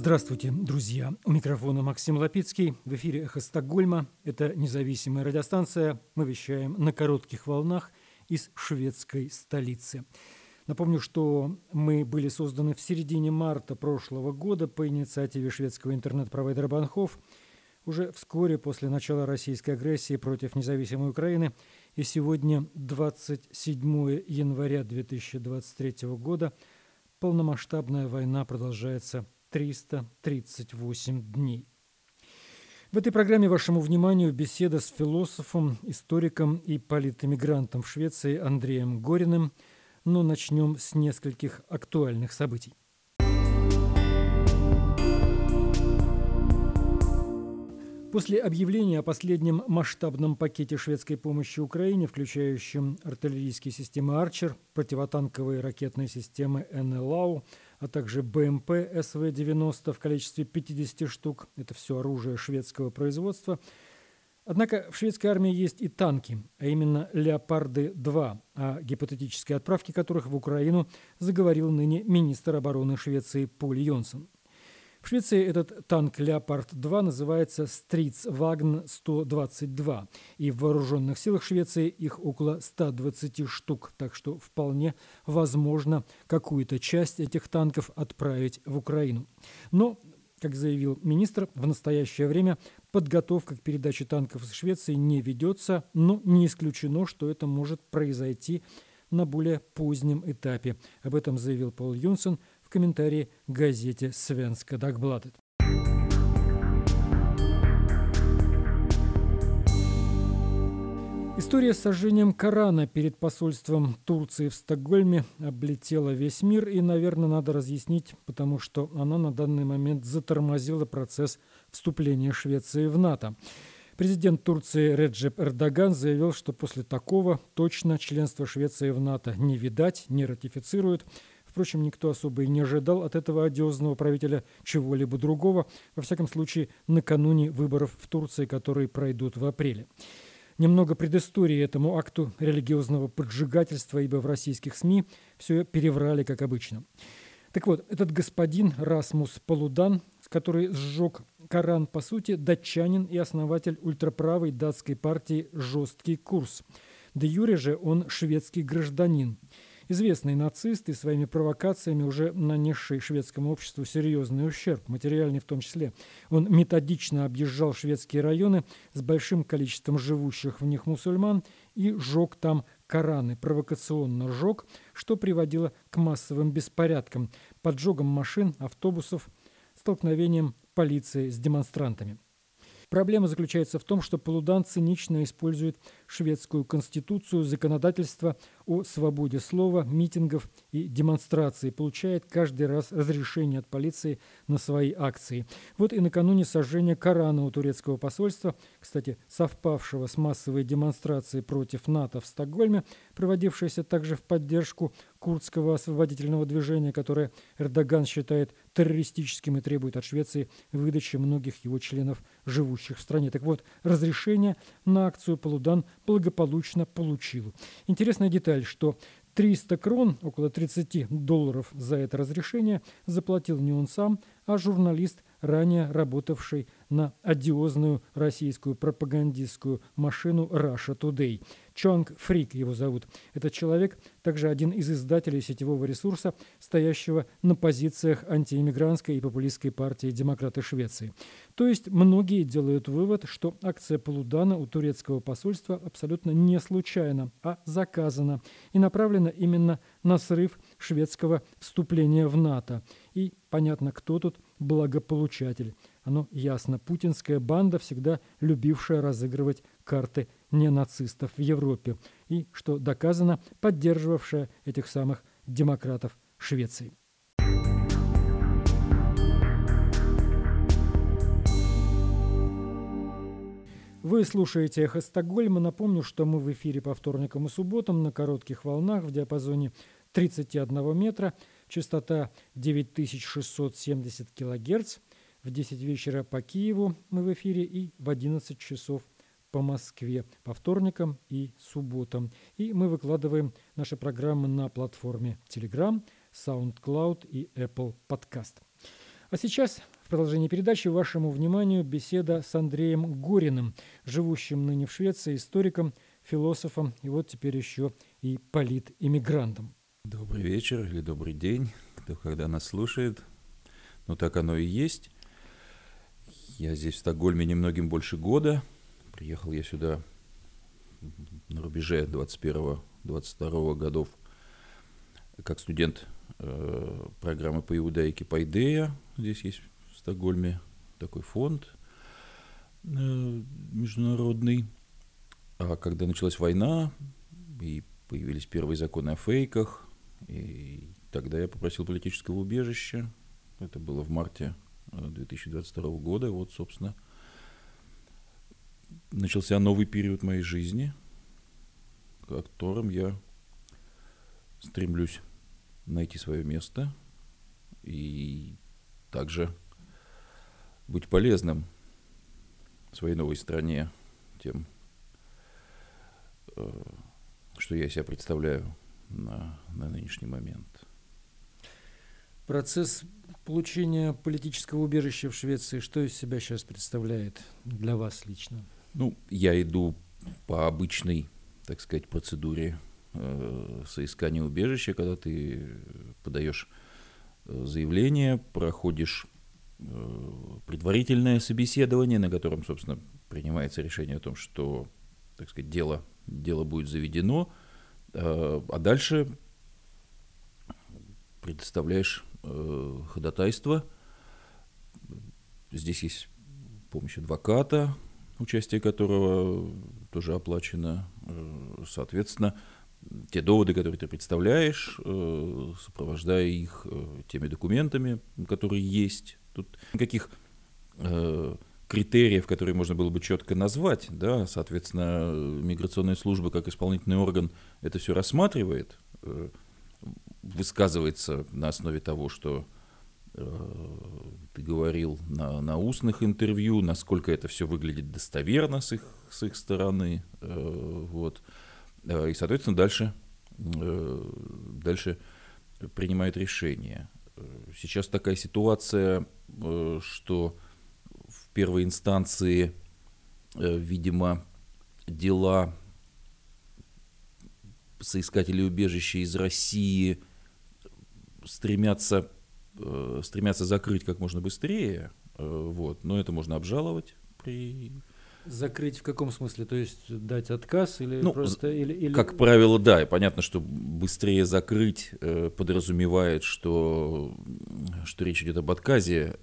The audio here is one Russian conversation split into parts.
Здравствуйте, друзья! У микрофона Максим Лапицкий. В эфире «Эхо Стокгольма». Это независимая радиостанция. Мы вещаем на коротких волнах из шведской столицы. Напомню, что мы были созданы в середине марта прошлого года по инициативе шведского интернет-провайдера Банхоф уже вскоре после начала российской агрессии против независимой Украины. И сегодня, 27 января 2023 года, полномасштабная война продолжается 338 дней. В этой программе вашему вниманию беседа с философом, историком и политэмигрантом в Швеции Андреем Гориным. Но начнем с нескольких актуальных событий. После объявления о последнем масштабном пакете шведской помощи Украине, включающем артиллерийские системы «Арчер», противотанковые ракетные системы НЛАУ, а также БМП СВ-90 в количестве 50 штук, это все оружие шведского производства. Однако в шведской армии есть и танки, а именно «Леопарды-2», о гипотетической отправке которых в Украину заговорил ныне министр обороны Швеции Поль Йонсон. В Швеции этот танк «Леопард-2» называется «Stridsvagn 122», и в вооруженных силах Швеции их около 120 штук, так что вполне возможно какую-то часть этих танков отправить в Украину. Но, как заявил министр, в настоящее время подготовка к передаче танков из Швеции не ведется, но не исключено, что это может произойти на более позднем этапе. Об этом заявил Поль Йонсон в комментарии к газете «Свенска Дагбладет». История с сожжением Корана перед посольством Турции в Стокгольме облетела весь мир, и, наверное, надо разъяснить, потому что она на данный момент затормозила процесс вступления Швеции в НАТО. Президент Турции Реджеп Эрдоган заявил, что после такого точно членство Швеции в НАТО не видать, не ратифицирует. Впрочем, никто особо и не ожидал от этого одиозного правителя чего-либо другого, во всяком случае, накануне выборов в Турции, которые пройдут в апреле. Немного предыстории этому акту религиозного поджигательства, ибо в российских СМИ все переврали, как обычно. Так вот, этот господин Расмус Палудан, который сжег Коран, по сути, датчанин и основатель ультраправой датской партии «Жесткий курс». Де юре же он шведский гражданин. Известный нацист и своими провокациями уже нанесший шведскому обществу серьезный ущерб, материальный в том числе. Он методично объезжал шведские районы с большим количеством живущих в них мусульман и жег там Кораны, провокационно жег, что приводило к массовым беспорядкам, поджогам машин, автобусов, столкновением полиции с демонстрантами. Проблема заключается в том, что Палудан цинично использует шведскую конституцию, законодательство о свободе слова, митингов и демонстраций, получает каждый раз разрешение от полиции на свои акции. Вот и накануне сожжения Корана у турецкого посольства, кстати, совпавшего с массовой демонстрацией против НАТО в Стокгольме, проводившейся также в поддержку курдского освободительного движения, которое Эрдоган считает террористическим и требует от Швеции выдачи многих его членов, живущих в стране. Так вот, разрешение на акцию Палудан благополучно получил. Интересная деталь, что 300 крон, около $30 за это разрешение, заплатил не он сам, а журналист, ранее работавший на одиозную российскую пропагандистскую машину Russia Today. Чонг Фрик его зовут. Этот человек также один из издателей сетевого ресурса, стоящего на позициях антииммигрантской и популистской партии «Демократы Швеции». То есть многие делают вывод, что акция Палудана у турецкого посольства абсолютно не случайна, а заказана и направлена именно на срыв шведского вступления в НАТО. И понятно, кто тут благополучатель. Оно ясно. Путинская банда, всегда любившая разыгрывать карты ненацистов в Европе. И, что доказано, поддерживавшая этих самых демократов Швеции. Вы слушаете «Эхо Стокгольма». Напомню, что мы в эфире по вторникам и субботам на коротких волнах в диапазоне 31 метра, частота 9670 килогерц. В 10 вечера по Киеву мы в эфире и в 11 часов по Москве по вторникам и субботам. И мы выкладываем наши программы на платформе Telegram, SoundCloud и Apple Podcast. А сейчас В продолжении передачи вашему вниманию беседа с Андреем Гориным, живущим ныне в Швеции, историком, философом и вот теперь еще и политэмигрантом. Добрый вечер или добрый день, кто когда нас слушает. Ну, так оно и есть. Я здесь в Стокгольме немногим больше года. Приехал я сюда на рубеже 21-22 годов как студент программы по иудаике Пайдея. Здесь есть в Стокгольме такой фонд международный. А когда началась война и появились первые законы о фейках, и тогда я попросил политического убежища. Это было в марте 2022 года. Вот, собственно, начался новый период моей жизни, в котором я стремлюсь найти свое место и также быть полезным своей новой стране тем, что я себя представляю на нынешний момент. Процесс получения политического убежища в Швеции, что из себя сейчас представляет для вас лично? Ну, я иду по обычной, так сказать, процедуре соискания убежища, когда ты подаешь заявление, проходишь предварительное собеседование, на котором, собственно, принимается решение о том, что, так сказать, дело будет заведено, а дальше предоставляешь ходатайство. Здесь есть помощь адвоката, участие которого тоже оплачено. Соответственно, те доводы, которые ты представляешь, сопровождая их теми документами, которые есть. Тут никаких критериев, которые можно было бы четко назвать, да, соответственно, миграционная служба как исполнительный орган это все рассматривает, высказывается на основе того, что ты говорил на устных интервью, насколько это все выглядит достоверно с их стороны, вот, и, соответственно, дальше принимает решение. Сейчас такая ситуация, что в первой инстанции, видимо, дела соискателей убежища из России стремятся закрыть как можно быстрее, вот, но это можно обжаловать при... Закрыть в каком смысле? То есть дать отказ или просто... Или... Как правило, да. И понятно, что быстрее закрыть подразумевает, что речь идет об отказе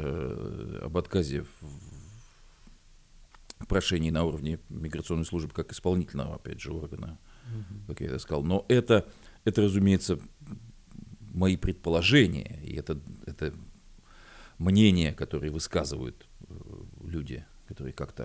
в прошении на уровне миграционной службы как исполнительного, опять же, органа, как я это сказал. Но это, разумеется, мои предположения, и это мнения, которые высказывают люди, которые как-то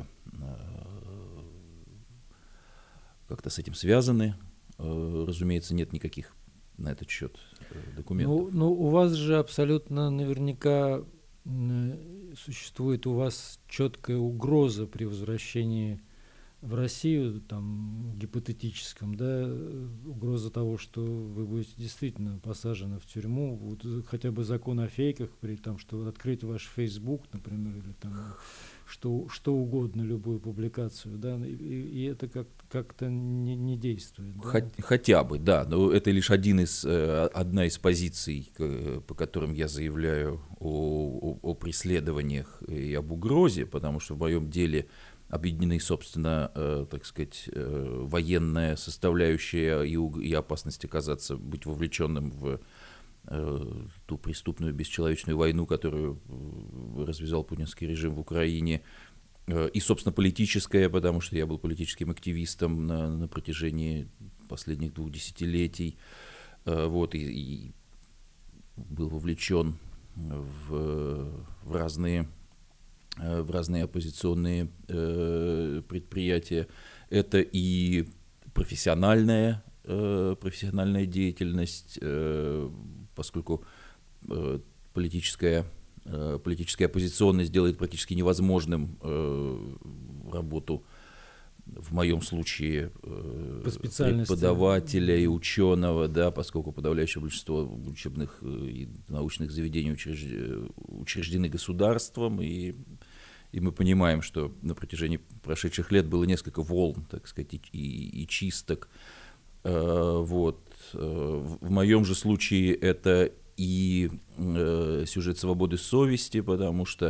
с этим связаны. Разумеется, нет никаких на этот счет документов. Ну, у вас же абсолютно наверняка существует у вас четкая угроза при возвращении в Россию, там, гипотетическом, да, угроза того, что вы будете действительно посажены в тюрьму, вот, хотя бы закон о фейках, при том, что открыть ваш Facebook, например, или там что угодно, любую публикацию, да, и это как-то не действует. Да? Хотя бы, да, но это лишь одна из позиций, по которым я заявляю о преследованиях и об угрозе, потому что в моем деле объединены, собственно, так сказать, военная составляющая и опасность быть вовлеченным в ту преступную бесчеловечную войну, которую развязал путинский режим в Украине, и, собственно, политическая, потому что я был политическим активистом на протяжении последних 2 десятилетий, вот, и был вовлечен в разные оппозиционные предприятия. Это и профессиональная деятельность, поскольку политическая оппозиционность делает практически невозможным работу в моем случае По специальности. преподавателя и ученого, да, поскольку подавляющее большинство учебных и научных заведений учреждены государством, и мы понимаем, что на протяжении прошедших лет было несколько волн, так сказать, и чисток. Вот. В моем же случае это и сюжет свободы совести, потому что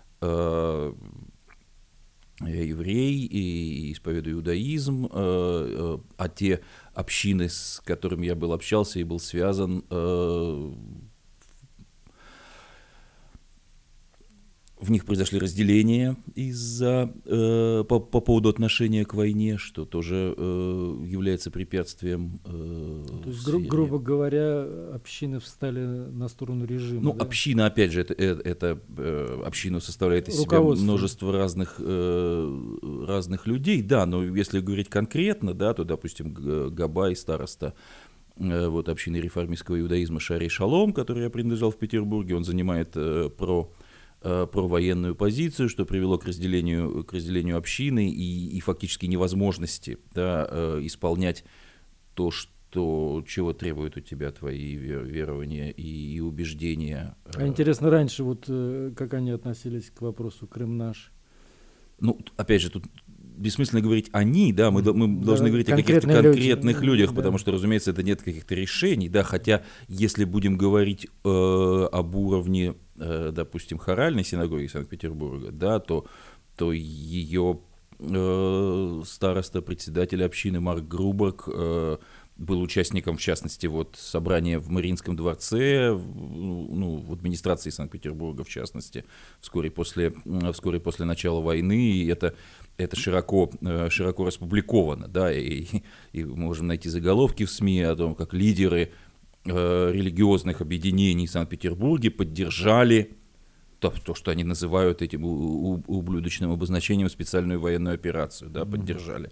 я еврей и исповедую иудаизм, а те общины, с которыми я общался и был связан, в них произошли разделения по поводу отношения к войне, что тоже является препятствием. То есть, грубо говоря, общины встали на сторону режима. Ну, да? община, опять же, это общину составляет из себя множество разных людей, да, но если говорить конкретно, да, то, допустим, Габай, староста вот, общины реформистского иудаизма Шарей Шалом, который я принадлежал в Петербурге, он занимает провоенную позицию, что привело к разделению общины и фактически невозможности, да, исполнять то, чего требуют у тебя твои верования и убеждения. А интересно, раньше вот как они относились к вопросу «Крым наш»? Ну, опять же, тут бессмысленно говорить «они», да, мы должны говорить о каких-то конкретных людях, да. Потому что, разумеется, это нет каких-то решений, да, хотя если будем говорить об уровне, допустим, хоральной синагоги Санкт-Петербурга, да, то ее староста, председатель общины Марк Груберг был участником, в частности, вот собрания в Мариинском дворце, ну, в администрации Санкт-Петербурга, в частности, вскоре после начала войны, и это широко распубликовано, да, и мы можем найти заголовки в СМИ о том, как лидеры религиозных объединений в Санкт-Петербурге поддержали то, что они называют этим ублюдочным обозначением специальную военную операцию, да, поддержали.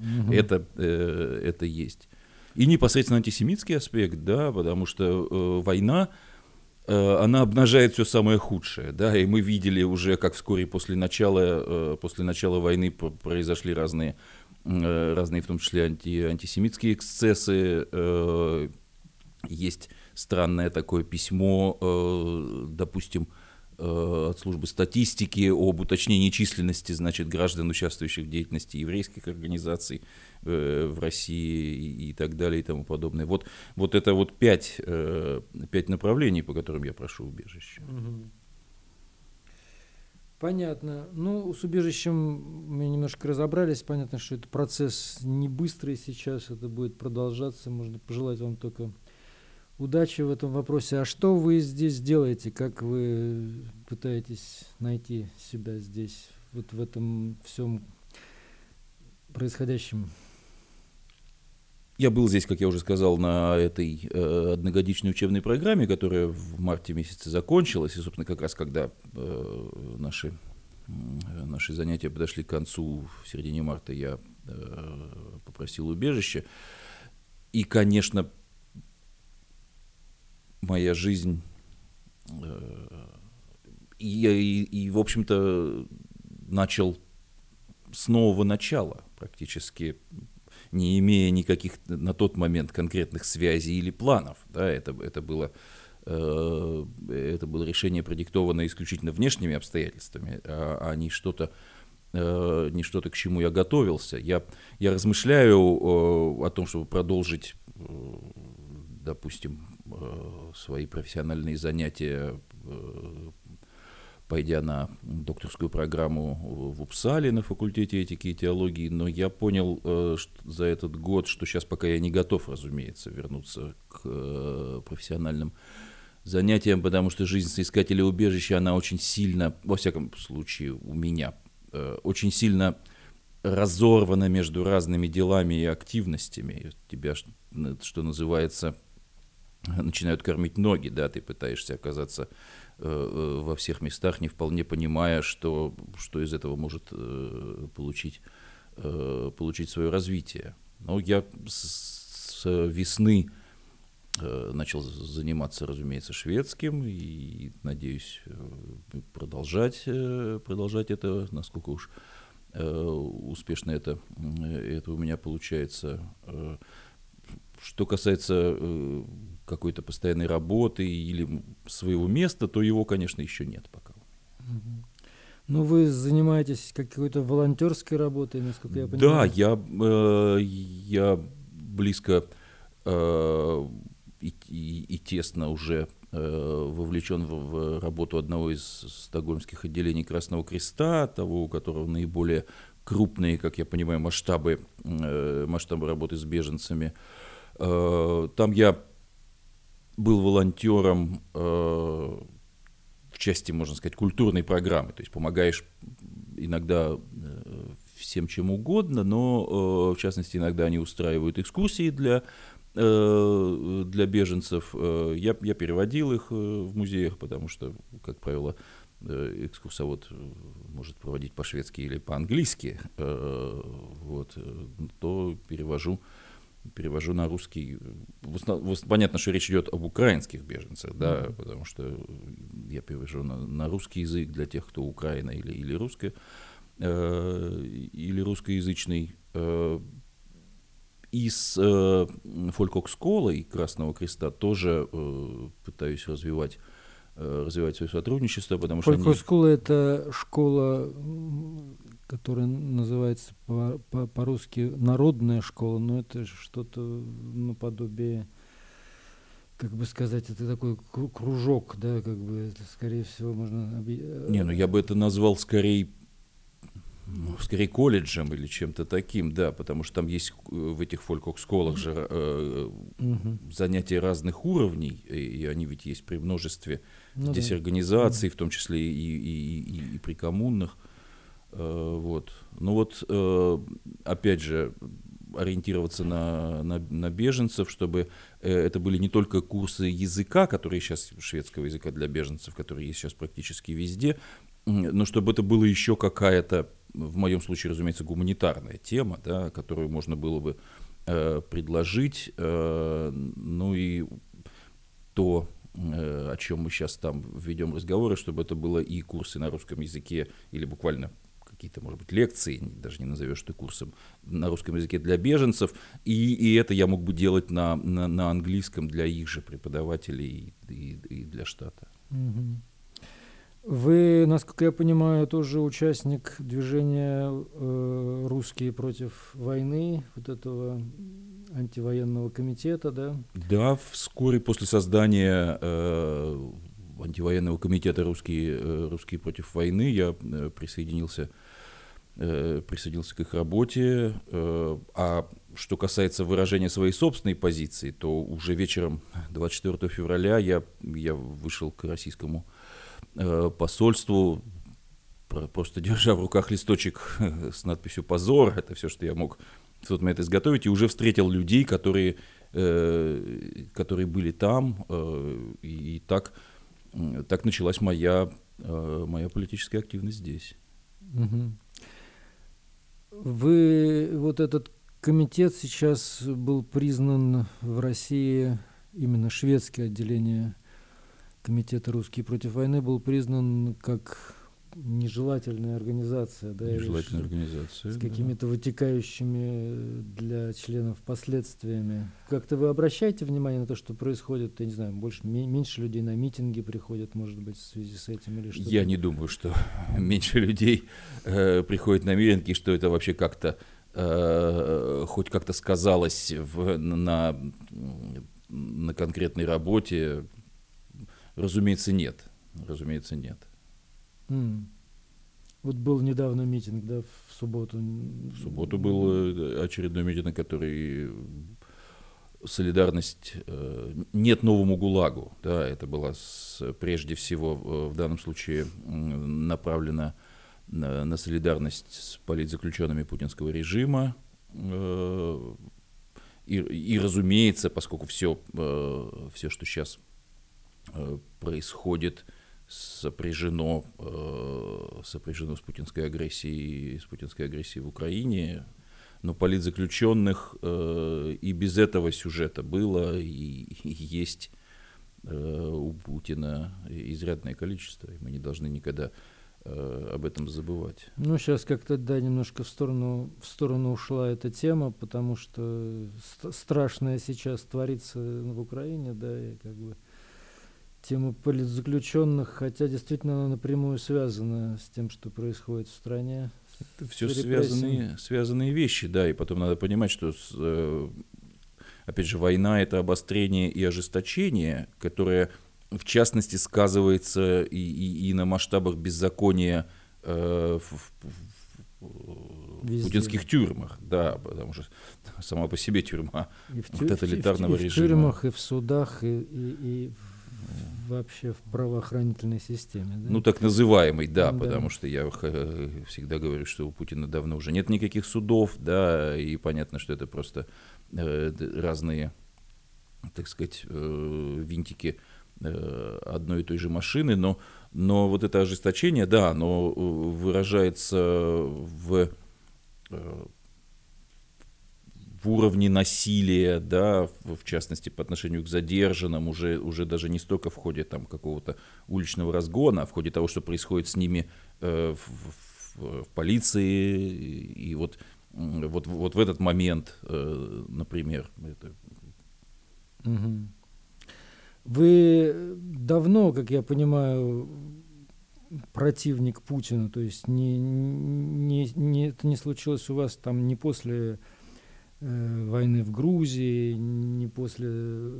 Это есть. И непосредственно антисемитский аспект, да, потому что война, она обнажает все самое худшее, да, и мы видели уже, как вскоре после начала войны произошли разные, в том числе антисемитские эксцессы. Есть странное такое письмо, допустим, от службы статистики об уточнении численности, значит, граждан, участвующих в деятельности еврейских организаций в России и так далее и тому подобное. Вот это вот 5 направлений, по которым я прошу убежище. Понятно. Ну, с убежищем мы немножко разобрались. Понятно, что это процесс не быстрый сейчас, это будет продолжаться. Можно пожелать вам только удачи в этом вопросе. А что вы здесь делаете? Как вы пытаетесь найти себя здесь, вот в этом всем происходящем? Я был здесь, как я уже сказал, на этой одногодичной учебной программе, которая в марте месяце закончилась. И, собственно, как раз когда наши занятия подошли к концу, в середине марта, я попросил убежище. И, конечно, моя жизнь и в общем-то, начал с нового начала, практически не имея никаких на тот момент конкретных связей или планов. Да, это было решение, продиктованное исключительно внешними обстоятельствами, а не что-то, к чему я готовился. Я размышляю о том, чтобы продолжить, допустим, свои профессиональные занятия, пойдя на докторскую программу в Упсале на факультете этики и теологии, но я понял за этот год, что сейчас пока я не готов, разумеется, вернуться к профессиональным занятиям, потому что жизнь соискателя убежища, она очень сильно, во всяком случае у меня, очень сильно разорвана между разными делами и активностями. Тебя, что называется, начинают кормить ноги, да, ты пытаешься оказаться во всех местах, не вполне понимая, что из этого может получить свое развитие. Но я с весны начал заниматься, разумеется, шведским и надеюсь продолжать это, насколько уж успешно это у меня получается. Что касается какой-то постоянной работы или своего места, то его, конечно, еще нет пока. Ну, вы занимаетесь какой-то волонтерской работой, насколько я Да, понимаю. я близко и тесно уже вовлечен в работу одного из стокгольмских отделений Красного Креста, того, у которого наиболее крупные, как я понимаю, масштабы работы с беженцами. Там я был волонтером в части, можно сказать, культурной программы, то есть помогаешь иногда всем чем угодно, но в частности иногда они устраивают экскурсии для беженцев. Я переводил их в музеях, потому что, как правило, экскурсовод может проводить по-шведски или по-английски, вот, то перевожу на русский. Понятно, что речь идет об украинских беженцах, да, потому что я перевожу на русский язык для тех, кто Украина или русскоязычный. И с фолькоксколой Красного Креста тоже пытаюсь развивать свое сотрудничество, потому что Фолькскула — это школа, которая называется по-русски народная школа, но это что-то наподобие, как бы сказать, это такой кружок, да, как бы это, скорее всего, можно... Не, ну я бы это назвал скорее колледжем или чем-то таким, да, потому что там есть в этих фолькоксколах же занятия разных уровней, и они ведь есть при множестве здесь организаций, в том числе и при коммунных. Вот. Ну вот, опять же, ориентироваться на беженцев, чтобы это были не только курсы языка, которые сейчас, шведского языка для беженцев, которые есть сейчас практически везде, но чтобы это было еще какая-то, в моем случае, разумеется, гуманитарная тема, да, которую можно было бы предложить, ну и то, о чем мы сейчас там ведем разговоры, чтобы это было и курсы на русском языке, или буквально какие-то, может быть, лекции, даже не назовешь это курсом, на русском языке для беженцев, и это я мог бы делать на английском для их же преподавателей и для штата. Вы, насколько я понимаю, тоже участник движения «Русские против войны», вот этого антивоенного комитета, да? Да, вскоре после создания антивоенного комитета «Русские против войны» я присоединился к их работе. А что касается выражения своей собственной позиции, то уже вечером 24 февраля я вышел к российскому посольству, просто держа в руках листочек с надписью «Позор». Это все, что я мог в тот момент изготовить, и уже встретил людей, которые были там, и так началась моя политическая активность здесь. Вы, вот этот комитет сейчас был признан в России, именно шведское отделение комитета «Русские против войны» был признан как нежелательная организация, да, нежелательная организация, с какими-то вытекающими для членов последствиями. Как-то вы обращаете внимание на то, что происходит, я не знаю, меньше людей на митинги приходят, может быть, в связи с этим или что-то? Я не думаю, что меньше людей приходят на митинги, что это вообще как-то хоть как-то сказалось на конкретной работе. Разумеется, нет. Вот был недавно митинг, да, в субботу. В субботу был очередной митинг, на который солидарность нет новому ГУЛАГу. Да, это было прежде всего в данном случае направлено на солидарность с политзаключенными путинского режима. И разумеется, поскольку все, что сейчас происходит, сопряжено с путинской агрессией в Украине, но политзаключенных и без этого сюжета было и есть у Путина изрядное количество, и мы не должны никогда об этом забывать. Ну, сейчас как-то, да, немножко в сторону ушла эта тема, потому что страшное сейчас творится в Украине, да, и как бы тема политзаключенных, хотя действительно она напрямую связана с тем, что происходит в стране. Это все связанные вещи, да, и потом надо понимать, что, опять же, война — это обострение и ожесточение, которое, в частности, сказывается и на масштабах беззакония в путинских тюрьмах, да, потому что сама по себе тюрьма тоталитарного режима. И в тюрьмах, и в судах, и вообще в правоохранительной системе. Да? Ну, так называемый, да, потому что я всегда говорю, что у Путина давно уже нет никаких судов, да, и понятно, что это просто разные, так сказать, винтики одной и той же машины, но вот это ожесточение, да, оно выражается в уровне насилия, да, в частности, по отношению к задержанным, уже даже не столько в ходе там какого-то уличного разгона, а в ходе того, что происходит с ними в полиции, и вот в этот момент, например. Это... Угу. Вы давно, как я понимаю, противник Путина, то есть это не случилось у вас там не после войны в Грузии, не после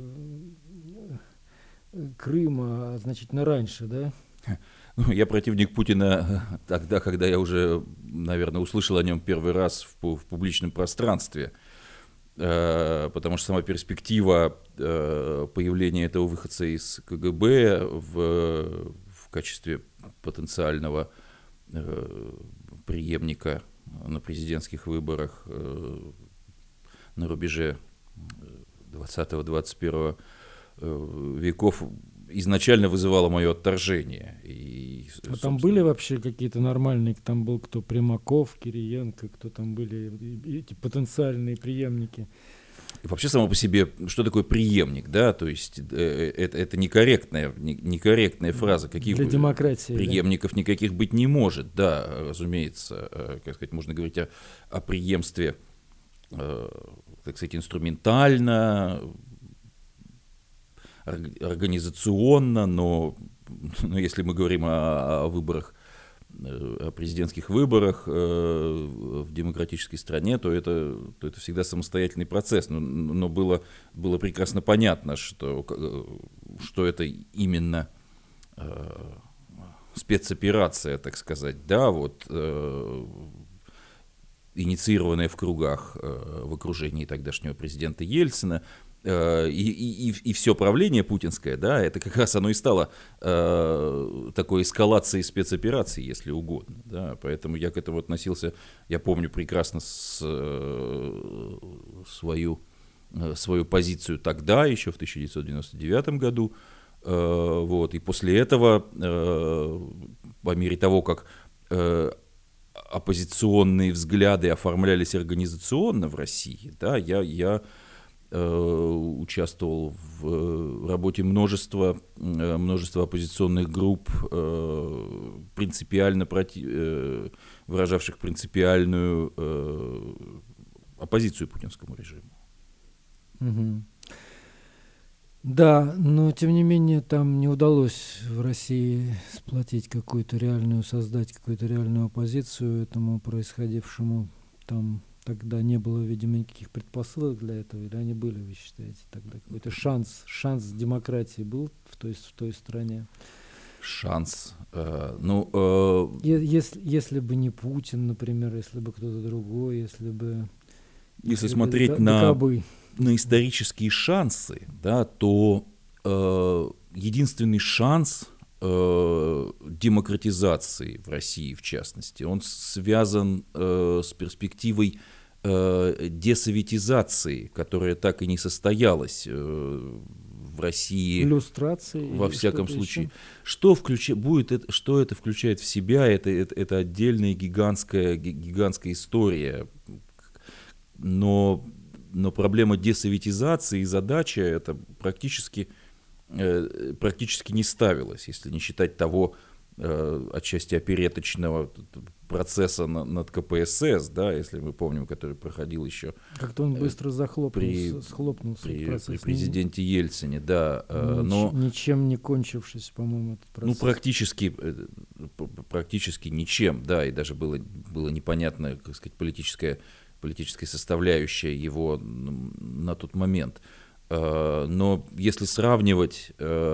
Крыма, а значительно раньше, да? Ну, я противник Путина тогда, когда я уже, наверное, услышал о нем первый раз в публичном пространстве, потому что сама перспектива появления этого выходца из КГБ в качестве потенциального преемника на президентских выборах на рубеже 20-21 веков изначально вызывало мое отторжение. А там были вообще какие-то нормальные, там был кто Примаков, Кириенко, кто там были эти потенциальные преемники? И вообще само по себе, что такое преемник, да, то есть это некорректная фраза. Каких для демократии. Преемников да? Никаких быть не может, да, разумеется, как сказать, можно говорить о преемстве, так сказать, инструментально, организационно, но если мы говорим о выборах, о президентских выборах в демократической стране, то это всегда самостоятельный процесс. Но было прекрасно понятно, что это именно спецоперация, так сказать, да, вот инициированная в кругах в окружении тогдашнего президента Ельцина. И все правление путинское, да, это как раз оно и стало такой эскалацией спецоперации, если угодно, да, поэтому я к этому относился, я помню прекрасно свою позицию тогда, еще в 1999 году, вот, и после этого, по мере того, как оппозиционные взгляды оформлялись организационно в России, да, я участвовал в работе множества оппозиционных групп, принципиально выражавших принципиальную оппозицию путинскому режиму. Угу. Да, но тем не менее там не удалось в России создать какую-то реальную оппозицию этому происходившему там. Тогда не было, видимо, никаких предпосылок для этого, или они были, вы считаете, тогда какой-то шанс демократии был в той стране? Шанс, если бы не Путин, например, если бы кто-то другой, если смотреть на исторические шансы, да, то единственный шанс демократизации в России, в частности, он связан с перспективой десоветизации, которая так и не состоялась в России. Иллюстрации. Во всяком случае. Что это включает в себя, это отдельная гигантская история. Но проблема десоветизации и задача это практически не ставилась, если не считать того отчасти опереточного процесса над КПСС, да, если мы помним, который проходил еще как-то он быстро схлопнулся при президенте Ельцине, да. Но ничем не кончившись, по-моему, этот процесс. Практически ничем, да, и даже было непонятно, как сказать, политическая составляющая его на тот момент. Но если сравнивать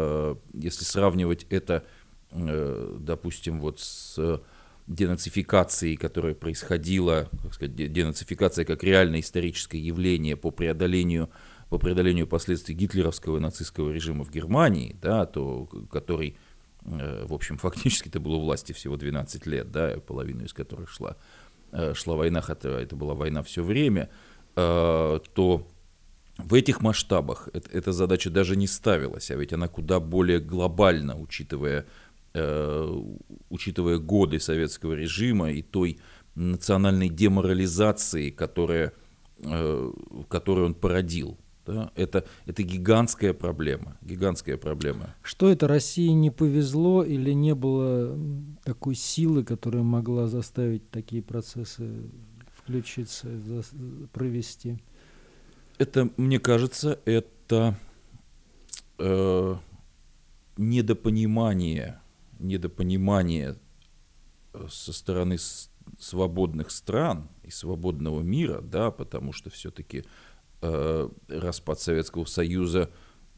это, допустим, вот с денацификацией, которая происходила, так сказать, денацификация как реальное историческое явление по преодолению последствий гитлеровского и нацистского режима в Германии, да, который, в общем, фактически-то был у власти всего 12 лет, да, половину из которых шла война, хотя это была война все время, то в этих масштабах эта задача даже не ставилась, а ведь она куда более глобальна, учитывая годы советского режима и той национальной деморализации, которую он породил. Да? Это гигантская проблема. Что это, России не повезло или не было такой силы, которая могла заставить такие процессы включиться, провести? Это, мне кажется, это недопонимание со стороны свободных стран и свободного мира, да, потому что все-таки распад Советского Союза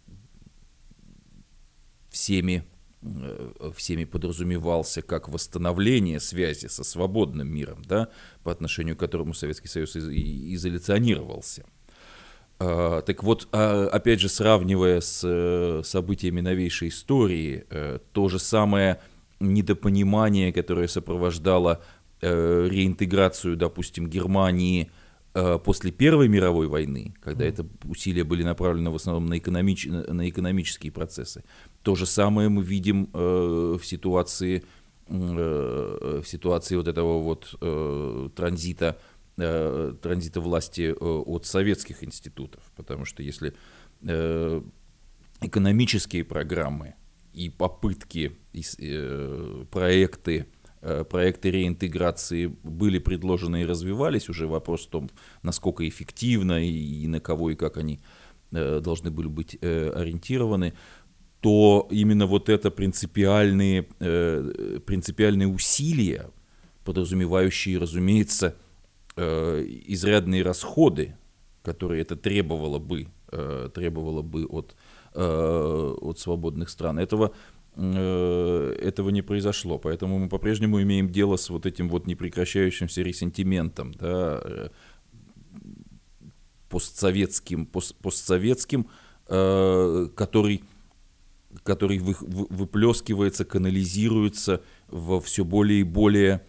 всеми подразумевался как восстановление связи со свободным миром, да, по отношению к которому Советский Союз изоляционировался. Так вот, опять же, сравнивая с событиями новейшей истории, то же самое недопонимание, которое сопровождало реинтеграцию, допустим, Германии после Первой мировой войны, когда это усилия были направлены в основном на экономические процессы. То же самое мы видим в ситуации вот этого вот транзита власти от советских институтов. Потому что если экономические программы и попытки, проекты реинтеграции были предложены и развивались, уже вопрос в том, насколько эффективно и на кого и как они должны были быть ориентированы, то именно вот это принципиальные усилия, подразумевающие, разумеется, изрядные расходы, которые это требовало бы от свободных стран. Этого не произошло, поэтому мы по-прежнему имеем дело с вот этим вот непрекращающимся ресентиментом, да, постсоветским, который выплескивается, канализируется во все более и более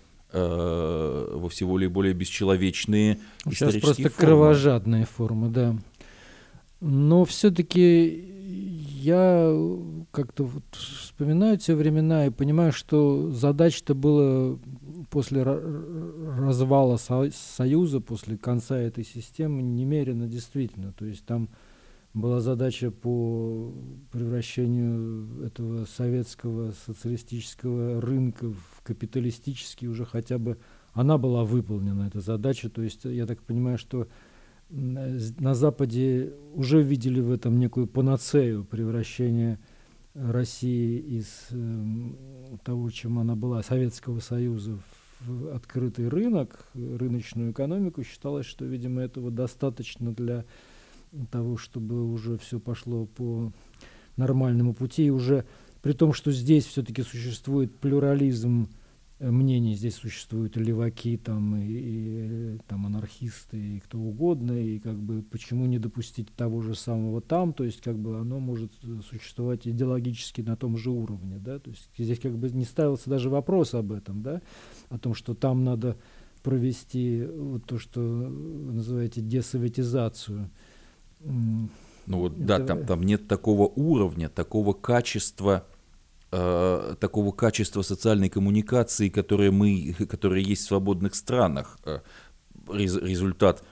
бесчеловечные сейчас исторические просто формы. Кровожадные формы, да. Но все-таки я как-то вот вспоминаю те времена и понимаю, что задач-то было после развала Союза, после конца этой системы немерено действительно. То есть там была задача по превращению этого советского социалистического рынка в капиталистический, уже хотя бы она была выполнена, эта задача. То есть я так понимаю, что на Западе уже видели в этом некую панацею превращения России из того, чем она была, Советского Союза, в открытый рынок, рыночную экономику. Считалось, что, видимо, этого достаточно для того, чтобы уже все пошло по нормальному пути. И уже при том, что здесь все-таки существует плюрализм мнений, здесь существуют и леваки, там, и там, анархисты, и кто угодно, и как бы почему не допустить того же самого там, то есть как бы оно может существовать идеологически на том же уровне, да, то есть здесь как бы не ставился даже вопрос об этом, да, о том, что там надо провести вот то, что вы называете десоветизацию. Ну вот, да, там нет такого уровня, такого качества социальной коммуникации, которое есть в свободных странах. Результат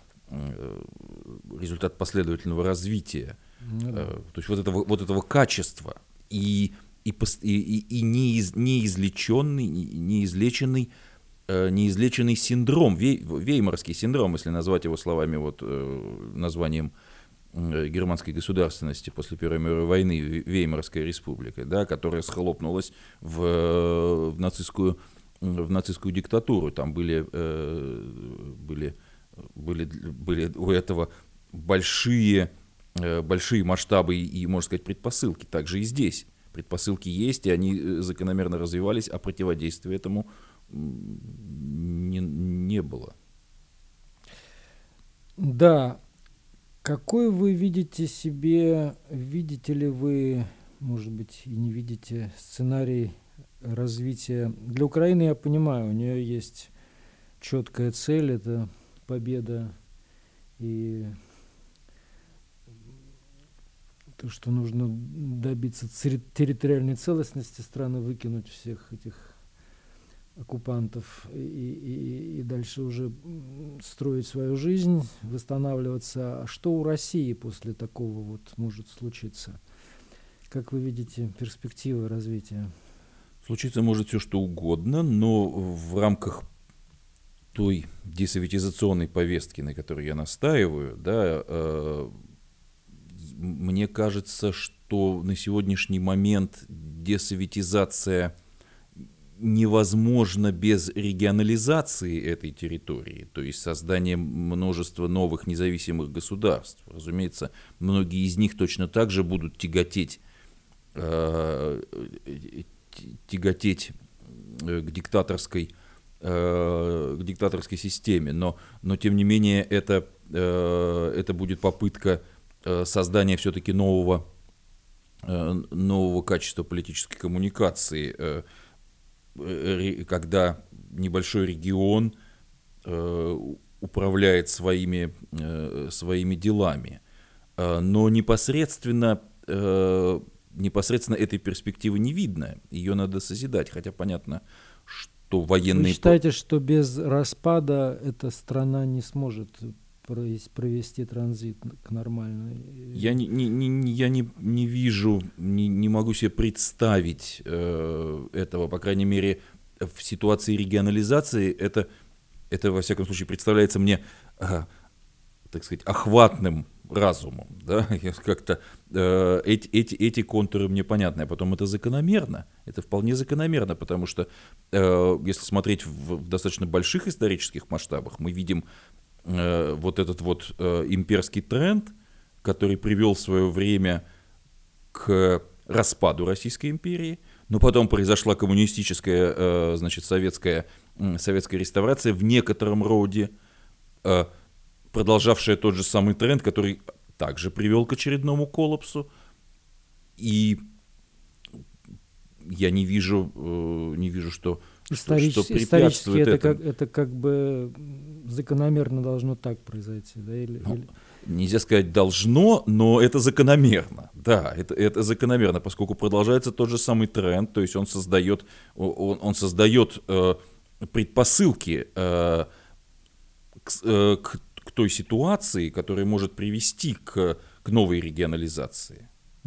последовательного развития. То есть вот этого качества. И неизлеченный синдром, веймарский синдром, если назвать его словами, названием германской государственности после Первой мировой войны, Веймарская республика, да, которая схлопнулась в нацистскую диктатуру. Там были у этого большие масштабы и, можно сказать, предпосылки. Также и здесь. Предпосылки есть, и они закономерно развивались, а противодействия этому не было. Да. Какой вы видите ли вы, может быть, и не видите сценарий развития? Для Украины, я понимаю, у нее есть четкая цель, это победа и то, что нужно добиться территориальной целостности страны, выкинуть всех этих оккупантов и дальше уже строить свою жизнь, восстанавливаться. А что у России после такого может случиться? Как вы видите перспективы развития? Случиться может все что угодно, но в рамках той десоветизационной повестки, на которой я настаиваю, да, мне кажется, что на сегодняшний момент десоветизация невозможно без регионализации этой территории, то есть создания множества новых независимых государств. Разумеется, многие из них точно так же будут тяготеть к диктаторской системе, но тем не менее это будет попытка создания все-таки нового качества политической коммуникации, когда небольшой регион управляет своими делами. Но непосредственно этой перспективы не видно. Ее надо созидать, хотя понятно, что военные... Вы считаете, что без распада эта страна не сможет провести транзит к нормальной? Я не вижу, не могу себе представить этого, по крайней мере, в ситуации регионализации это во всяком случае представляется мне, так сказать, охватным разумом, да, как-то эти контуры мне понятны, а потом это закономерно, это вполне закономерно, потому что если смотреть в достаточно больших исторических масштабах, мы видим этот имперский тренд, который привел в свое время к распаду Российской империи, но потом произошла коммунистическая, советская реставрация в некотором роде, продолжавшая тот же самый тренд, который также привел к очередному коллапсу. И я не вижу, что препятствует этому. Это как бы закономерно должно так произойти, да? Нельзя сказать должно, но это закономерно. Да, это закономерно, поскольку продолжается тот же самый тренд, то есть он создает предпосылки к той ситуации, которая может привести к новой регионализации.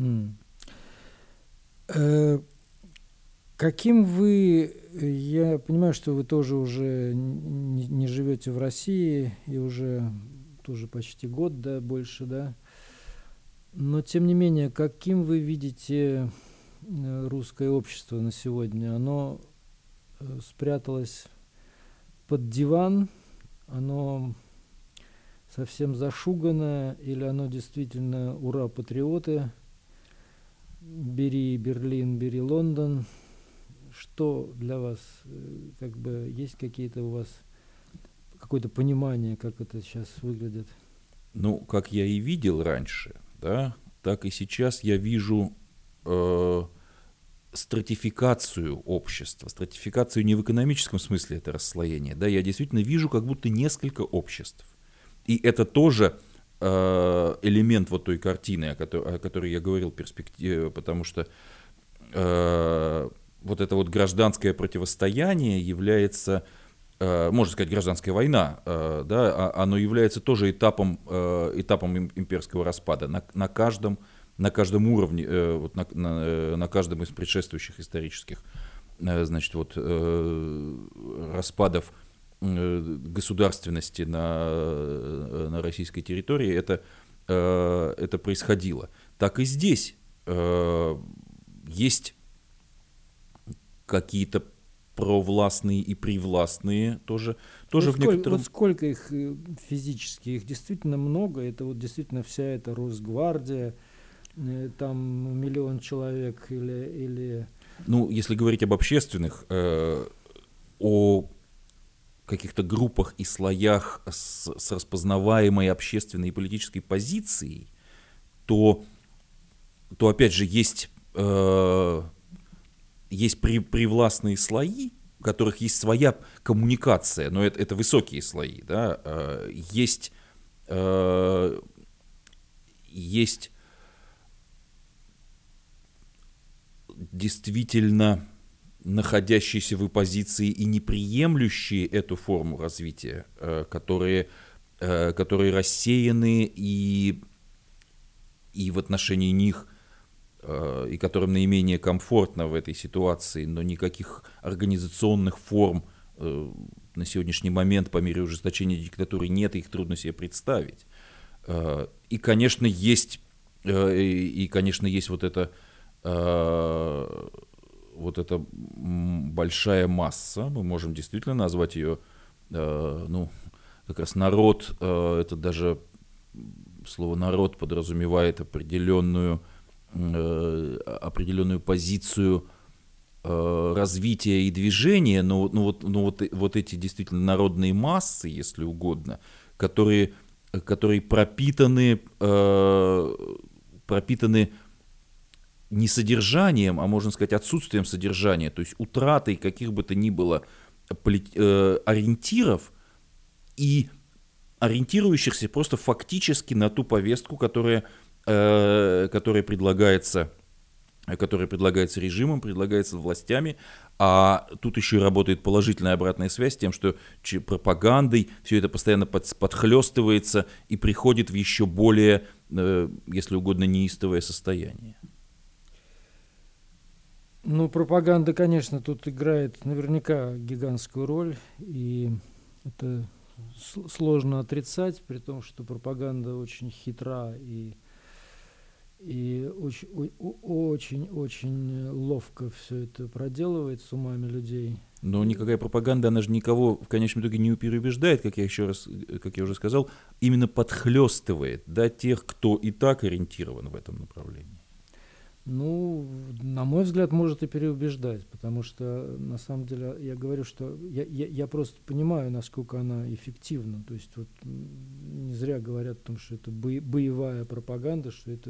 Каким вы, я понимаю, что вы тоже уже не живете в России и уже тоже почти год, да, больше, да, но тем не менее, каким вы видите русское общество на сегодня? Оно спряталось под диван, оно совсем зашугано, или оно действительно ура, патриоты, бери Берлин, бери Лондон? Что для вас, как бы, есть какие-то у вас, какое-то понимание, как это сейчас выглядит? Ну, как я и видел раньше, да, так и сейчас я вижу стратификацию общества, стратификацию не в экономическом смысле, это расслоение, да, я действительно вижу как будто несколько обществ. И это тоже элемент вот той картины, о которой я говорил, перспективе, потому что вот это вот гражданское противостояние является, можно сказать, гражданская война, да, оно является тоже этапом имперского распада. На каждом на каждом уровне, вот на каждом из предшествующих исторических, значит, вот, распадов государственности на российской территории это происходило. Так и здесь есть какие-то провластные и привластные тоже в некотором... Вот сколько их физически? Их действительно много. Это вот действительно вся эта Росгвардия, там 1 миллион человек или... Ну, если говорить об общественных, о каких-то группах и слоях с распознаваемой общественной и политической позицией, то опять же есть привластные слои, у которых есть своя коммуникация, но это высокие слои, да, есть действительно находящиеся в оппозиции и не приемлющие эту форму развития, которые рассеяны и в отношении них, и которым наименее комфортно в этой ситуации, но никаких организационных форм на сегодняшний момент по мере ужесточения диктатуры нет, и их трудно себе представить. И, конечно, есть вот эта большая масса, мы можем действительно назвать ее, как раз народ, это даже слово «народ» подразумевает определенную позицию развития и движения, но вот эти действительно народные массы, если угодно, которые пропитаны не содержанием, а можно сказать отсутствием содержания, то есть утратой каких бы то ни было ориентиров и ориентирующихся просто фактически на ту повестку, которая предлагается режимом, предлагается властями, а тут еще и работает положительная обратная связь с тем, что пропагандой все это постоянно подхлестывается и приходит в еще более, если угодно, неистовое состояние. Ну, пропаганда, конечно, тут играет наверняка гигантскую роль, и это сложно отрицать, при том, что пропаганда очень хитра и очень ловко все это проделывает с умами людей. Но никакая пропаганда, она же никого в конечном итоге не переубеждает, как я уже сказал, именно подхлестывает, да, тех, кто и так ориентирован в этом направлении. Ну, на мой взгляд, может и переубеждать, потому что, на самом деле, я говорю, что я просто понимаю, насколько она эффективна. То есть вот не зря говорят о том, что это боевая пропаганда, что это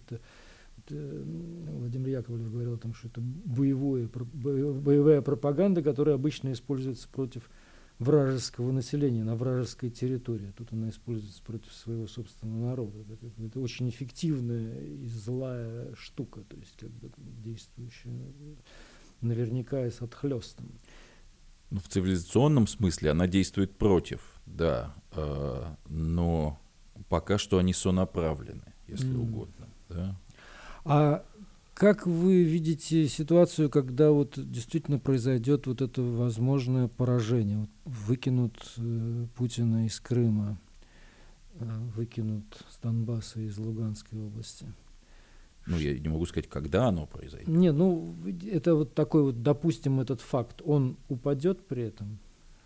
Владимир Яковлев говорил о том, что это боевая пропаганда, которая обычно используется против вражеского населения на вражеской территории. Тут она используется против своего собственного народа. Это очень эффективная и злая штука, то есть как бы действующая наверняка и с отхлестом. Ну, в цивилизационном смысле она действует против, да, но пока что они сонаправлены, если угодно. Да. А как вы видите ситуацию, когда вот действительно произойдет вот это возможное поражение? Вот выкинут Путина из Крыма, выкинут с Донбасса, из Луганской области. Ну, я не могу сказать, когда оно произойдет. Не, ну, это вот такой вот, допустим, этот факт, он упадет при этом?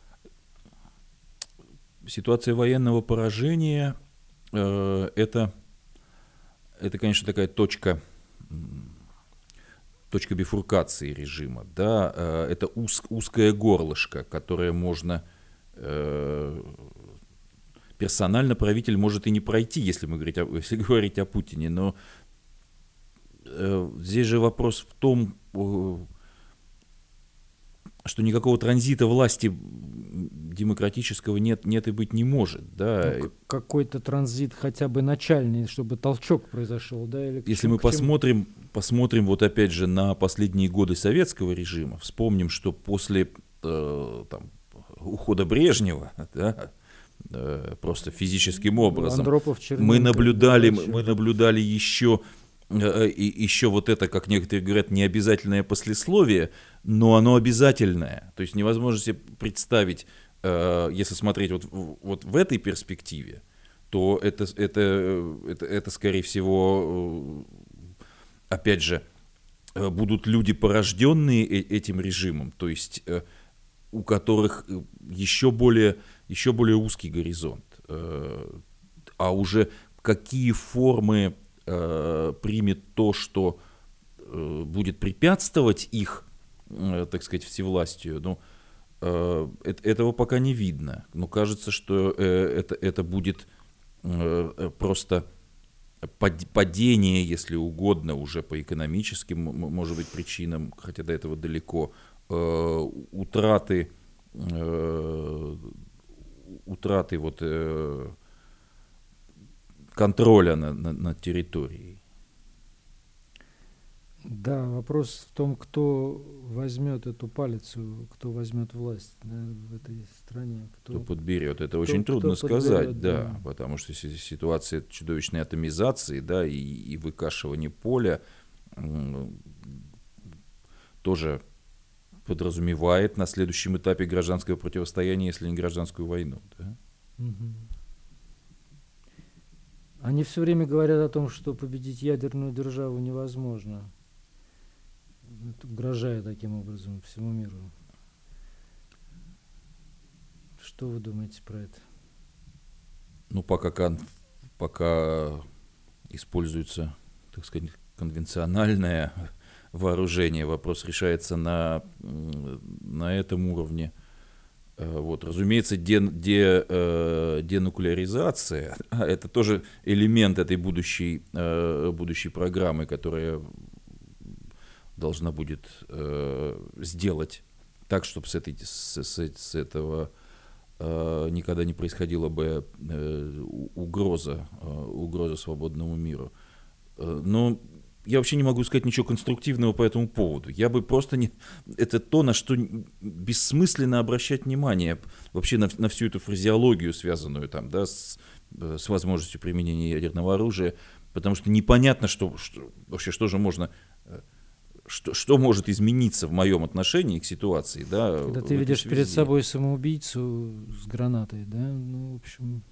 Ситуация военного поражения это, конечно, такая точка бифуркации режима, да, это узкое горлышко, которое можно, персонально правитель может и не пройти, если говорить о Путине, но здесь же вопрос в том, что никакого транзита власти демократического нет и быть не может. Да. Ну, какой-то транзит хотя бы начальный, чтобы толчок произошел. Да, или если мы посмотрим вот опять же на последние годы советского режима, вспомним, что после ухода Брежнева, да, просто физическим образом, Андропов, мы наблюдали еще и еще вот это, как некоторые говорят, необязательное послесловие, но оно обязательное. То есть невозможно себе представить, если смотреть вот в этой перспективе, то это скорее всего, опять же, будут люди, порожденные этим режимом, то есть у которых еще более узкий горизонт. А уже какие формы примет то, что будет препятствовать их, так сказать, всевластию, ну, этого пока не видно. Но кажется, что это будет просто падение, если угодно, уже по экономическим, может быть, причинам, хотя до этого далеко, утраты вот, контроля над территорией. Да, вопрос в том, кто возьмет эту палицу, кто возьмет власть, да, в этой стране. Кто подберет. Это очень трудно сказать, да, потому что ситуация чудовищной атомизации, да, и выкашивания поля тоже подразумевает на следующем этапе гражданского противостояния, если не гражданскую войну. Да? Угу. Они все время говорят о том, что победить ядерную державу невозможно, угрожая таким образом всему миру. Что вы думаете про это? Ну, пока используется, так сказать, конвенциональное вооружение, вопрос решается на этом уровне. Вот, разумеется, денуклеаризация – это тоже элемент этой будущей программы, которая должна будет сделать так, чтобы с этого никогда не происходила бы угроза свободному миру. Но я вообще не могу сказать ничего конструктивного по этому поводу. Я бы просто не... Это то, на что бессмысленно обращать внимание. Вообще на всю эту фразеологию, связанную там, да, с возможностью применения ядерного оружия. Потому что непонятно, что же можно... Что может измениться в моем отношении к ситуации, да? Когда ты видишь перед собой самоубийцу с гранатой, да? Ну, в общем...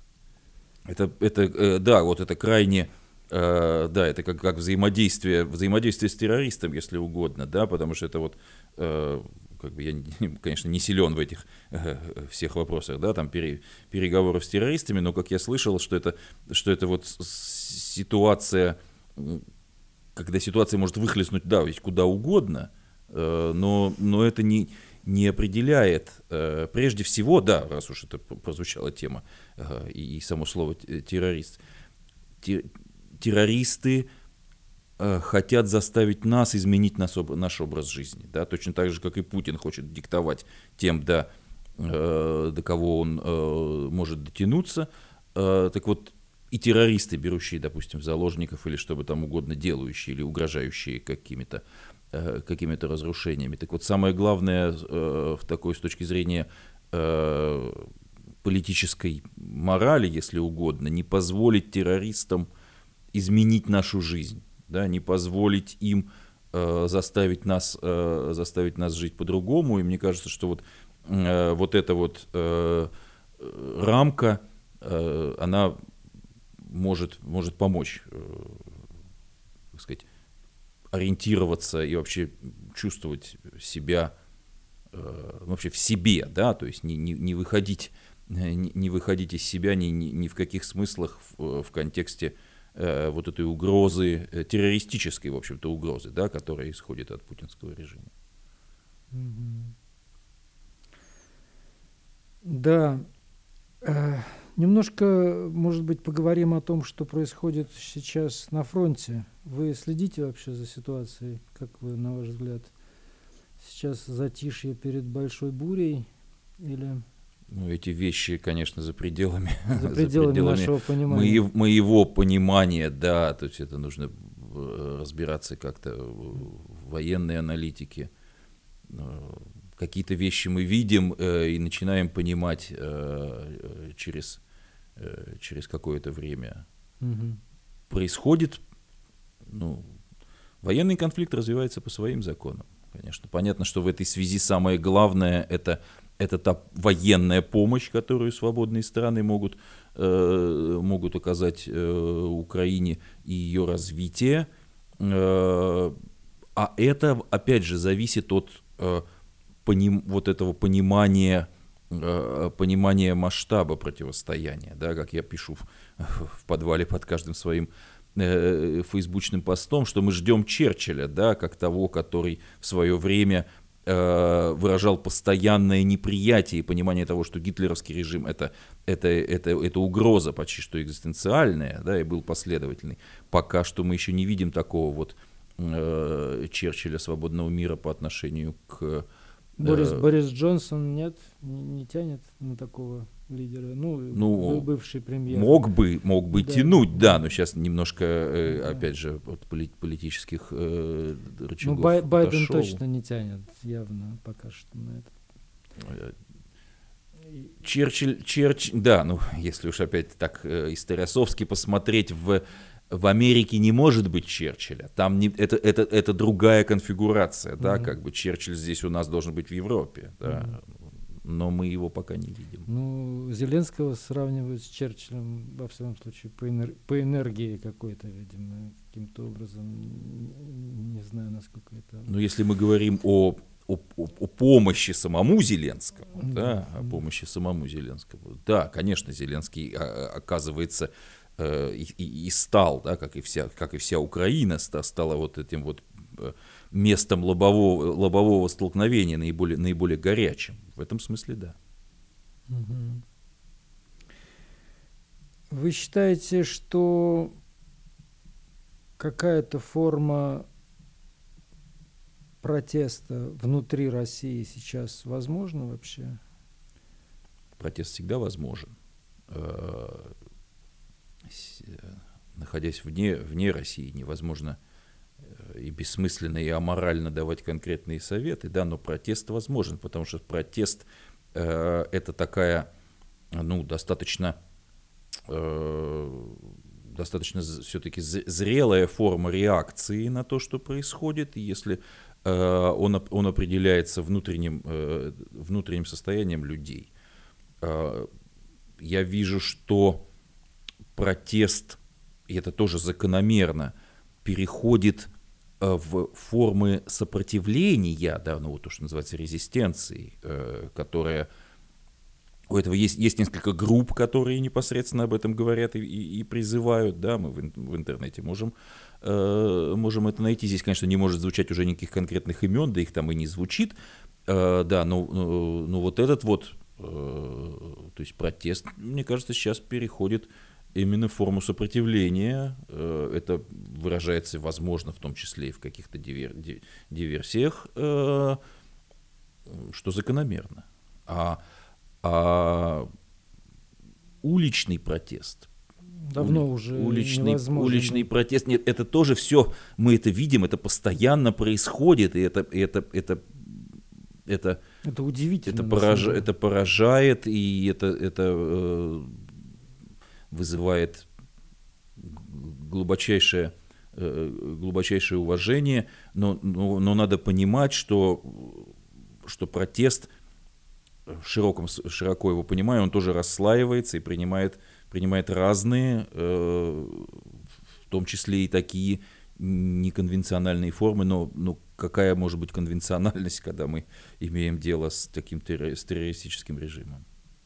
Да, вот это крайне... Да, это как взаимодействие с террористом, если угодно, да, потому что это вот, как бы я, конечно, не силен в этих всех вопросах, да, там переговоров с террористами, но как я слышал, что это вот ситуация, когда ситуация может выхлестнуть, да, ведь куда угодно, но это не определяет, прежде всего, да, раз уж это прозвучала тема и само слово террорист, террористы хотят заставить нас изменить наш образ жизни. Да? Точно так же, как и Путин хочет диктовать тем, до кого он может дотянуться. Так вот, и террористы, берущие, допустим, заложников или что бы там угодно делающие или угрожающие какими-то разрушениями. Так вот, самое главное с точки зрения политической морали, если угодно, не позволить террористам изменить нашу жизнь, да, не позволить им заставить нас жить по-другому. И мне кажется, что вот эта вот рамка, она может помочь, так сказать, ориентироваться и вообще чувствовать себя вообще в себе, да, то есть не выходить из себя ни в каких смыслах в контексте вот этой угрозы, террористической, в общем-то, угрозы, да, которая исходит от путинского режима. Да. Немножко, может быть, поговорим о том, что происходит сейчас на фронте. Вы следите вообще за ситуацией? Как вы, на ваш взгляд, сейчас затишье перед большой бурей или... Ну, эти вещи, конечно, за пределами нашего понимания. Моего понимания, да, то есть это нужно разбираться как-то в военной аналитике. Какие-то вещи мы видим и начинаем понимать через какое-то время. Угу. Происходит военный конфликт развивается по своим законам. Конечно, понятно, что в этой связи самое главное это та военная помощь, которую свободные страны могут оказать Украине и ее развитие. А это, опять же, зависит от вот этого понимания масштаба противостояния, да, как я пишу в подвале под каждым своим фейсбучным постом, что мы ждем Черчилля, да, как того, который в свое время выражал постоянное неприятие и понимание того, что гитлеровский режим это угроза почти что экзистенциальная, да, и был последовательный. Пока что мы еще не видим такого вот Черчилля свободного мира по отношению к... Борис Джонсон не тянет на такого лидера, бывший премьер. Мог бы да, тянуть, да, но сейчас немножко, опять же, от политических рычагов Байден точно не тянет, явно, пока что на это. Черчилль, да, если уж опять так историосовски посмотреть, в Америке не может быть Черчилля, там это другая конфигурация, да, как бы Черчилль здесь у нас должен быть в Европе, да, но мы его пока не видим. Зеленского сравнивают с Черчиллем, во всяком случае, по энергии какой-то, видимо, каким-то образом, не знаю, насколько это... Если мы говорим о помощи самому Зеленскому, да, о помощи самому Зеленскому, да, конечно, Зеленский оказывается и стал, да, как и вся Украина, стала вот этим вот местом лобового столкновения наиболее горячим. В этом смысле, да. Вы считаете, что какая-то форма протеста внутри России сейчас возможна вообще? Протест всегда возможен. Находясь вне России, невозможно и бессмысленно, и аморально давать конкретные советы, да, но протест возможен, потому что протест это такая, достаточно все-таки зрелая форма реакции на то, что происходит, и если он определяется внутренним состоянием людей. Я вижу, что протест, и это тоже закономерно, переходит в формы сопротивления, да, то, что называется резистенцией, которая... У этого есть несколько групп, которые непосредственно об этом говорят и призывают, да, мы в интернете можем это найти. Здесь, конечно, не может звучать уже никаких конкретных имен, да их там и не звучит, да, но вот этот вот, то есть протест, мне кажется, сейчас переходит именно в форму сопротивления. Это выражается, возможно, в том числе и в каких-то диверсиях, что закономерно. А уличный протест, давно уже невозможно. Уличный протест, нет, это тоже все, мы это видим, это постоянно происходит, и это удивительно. Это поражает, и это вызывает глубочайшее уважение, но надо понимать, что протест, широко его понимаю, он тоже расслаивается и принимает разные, в том числе и такие неконвенциональные формы, но какая может быть конвенциональность, когда мы имеем дело с таким террористическим режимом?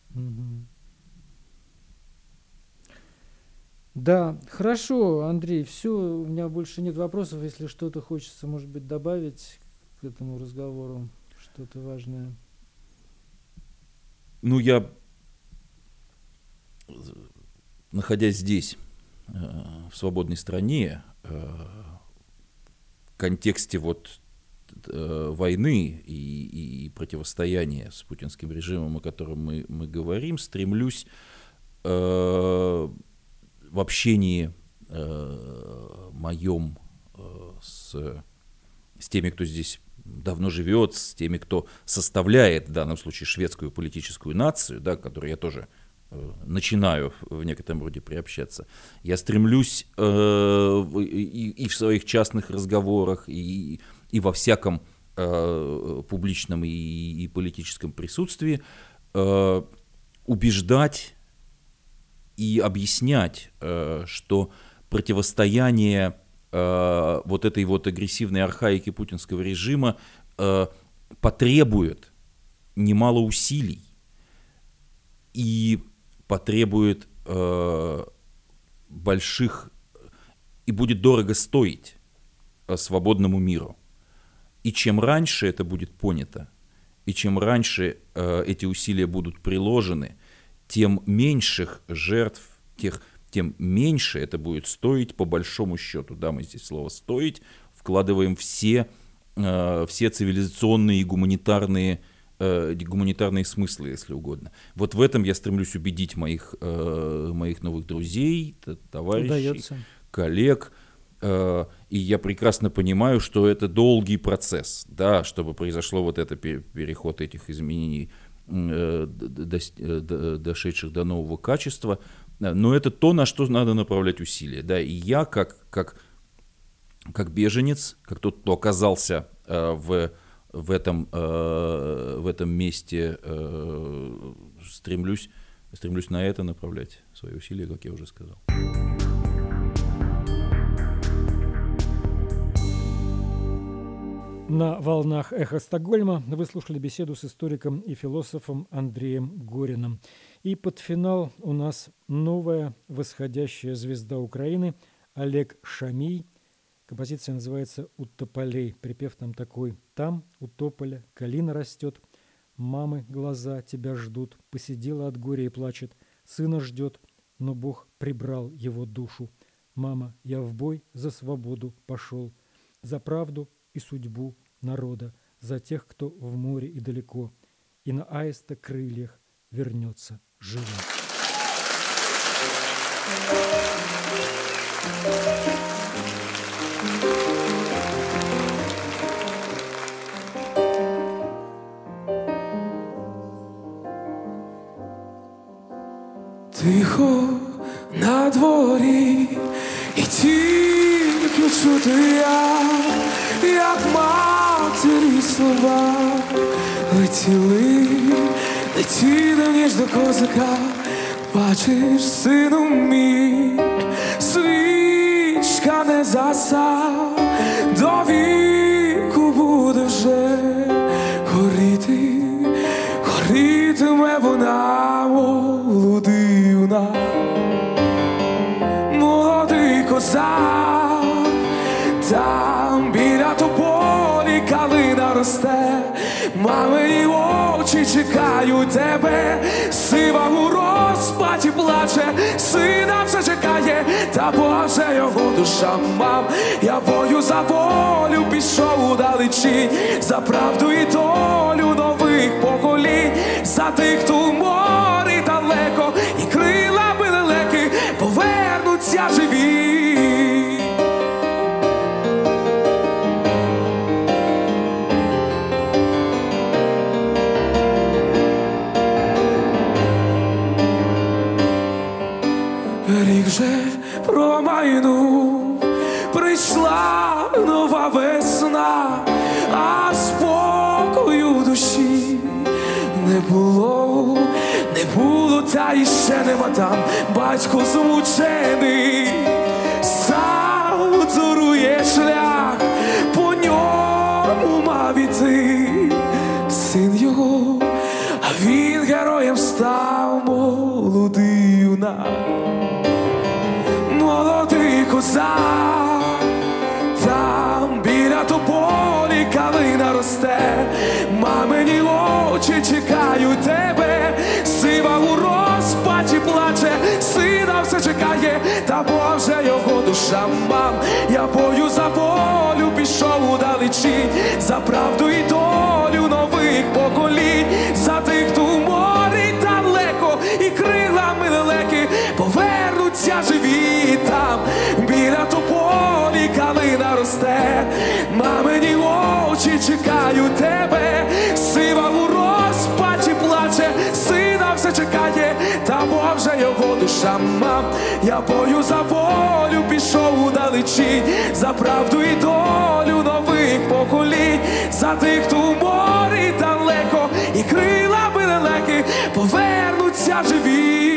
Да, хорошо, Андрей, все, у меня больше нет вопросов. Если что-то хочется, может быть, добавить к этому разговору, что-то важное. Я, находясь здесь, в свободной стране, в контексте войны и противостояния с путинским режимом, о котором мы говорим, стремлюсь в общении моем с теми, кто здесь давно живет, с теми, кто составляет в данном случае шведскую политическую нацию, да, которую я тоже начинаю в некотором роде приобщаться. Я стремлюсь и в своих частных разговорах, и во всяком публичном и политическом присутствии убеждать и объяснять, что противостояние вот этой вот агрессивной архаики путинского режима потребует немало усилий и потребует больших и будет дорого стоить свободному миру. И чем раньше это будет понято, и чем раньше эти усилия будут приложены, тем меньших жертв, тем меньше это будет стоить по большому счету. Да, мы здесь слово «стоить» вкладываем все цивилизационные и гуманитарные смыслы, если угодно. Вот в этом я стремлюсь убедить моих новых друзей, товарищей, коллег. И я прекрасно понимаю, что это долгий процесс, да, чтобы произошло вот это переход этих изменений, дошедших до нового качества. Но это то, на что надо направлять усилия. Да. И я, как беженец, как тот, кто оказался в этом месте, стремлюсь на это направлять свои усилия, как я уже сказал. На волнах «Эхо Стокгольма» вы слушали беседу с историком и философом Андреем Гориным. И под финал у нас новая восходящая звезда Украины Олег Шамий. Композиция называется «У тополей». Припев там такой: «Там, у тополя, калина растет, мамы глаза тебя ждут, посидела от горя и плачет, сына ждет, но Бог прибрал его душу. Мама, я в бой за свободу пошел, за правду и судьбу народа, за тех, кто в море и далеко, и на аиста крыльях вернется живым». Тихо на дворі, і тільки чути як матері слова летіли ніж до козака. Бачиш, сину мій, свічка не заса, до віку буде вже горітиме вона, молодивна. Молодий козак, там біля тополі калина росте, мамині очі чекають тебе, сива у розпаті плаче, сина все чекає, та Боже його душа. Мам, я бою за волю пішов удалечінь, за правду і долю нових поколінь, за тих, хто в морі далеко, і крилами лелеки повернуться живі. Рік же промайнув, прийшла нова весна, а спокою в душі не було, та і ще нема там. Батько змучений, сам зорує шлях, по ньому мав іти син його, а він героєм став, молодий юнак. Молодий козак, там біля тополі калина росте, мамині очі чекають тебе, сива у розпаті плаче, сина все чекає, та Боже його душа. Мам, я бою за волю пішов удалечінь, за правду і долю нових поколінь, за тих, хто в морі далеко, і крилами лелеки повернуться живі. Там біля тополі калина росте, мамині очі чекають тебе, сива у розпаті плаче, сина все чекає, та Боже шамам. Я бою за волю, пішов удалечінь, за правду і долю нових поколінь, за тих, хто у морі далеко, і крилами лелеки повернуться живі.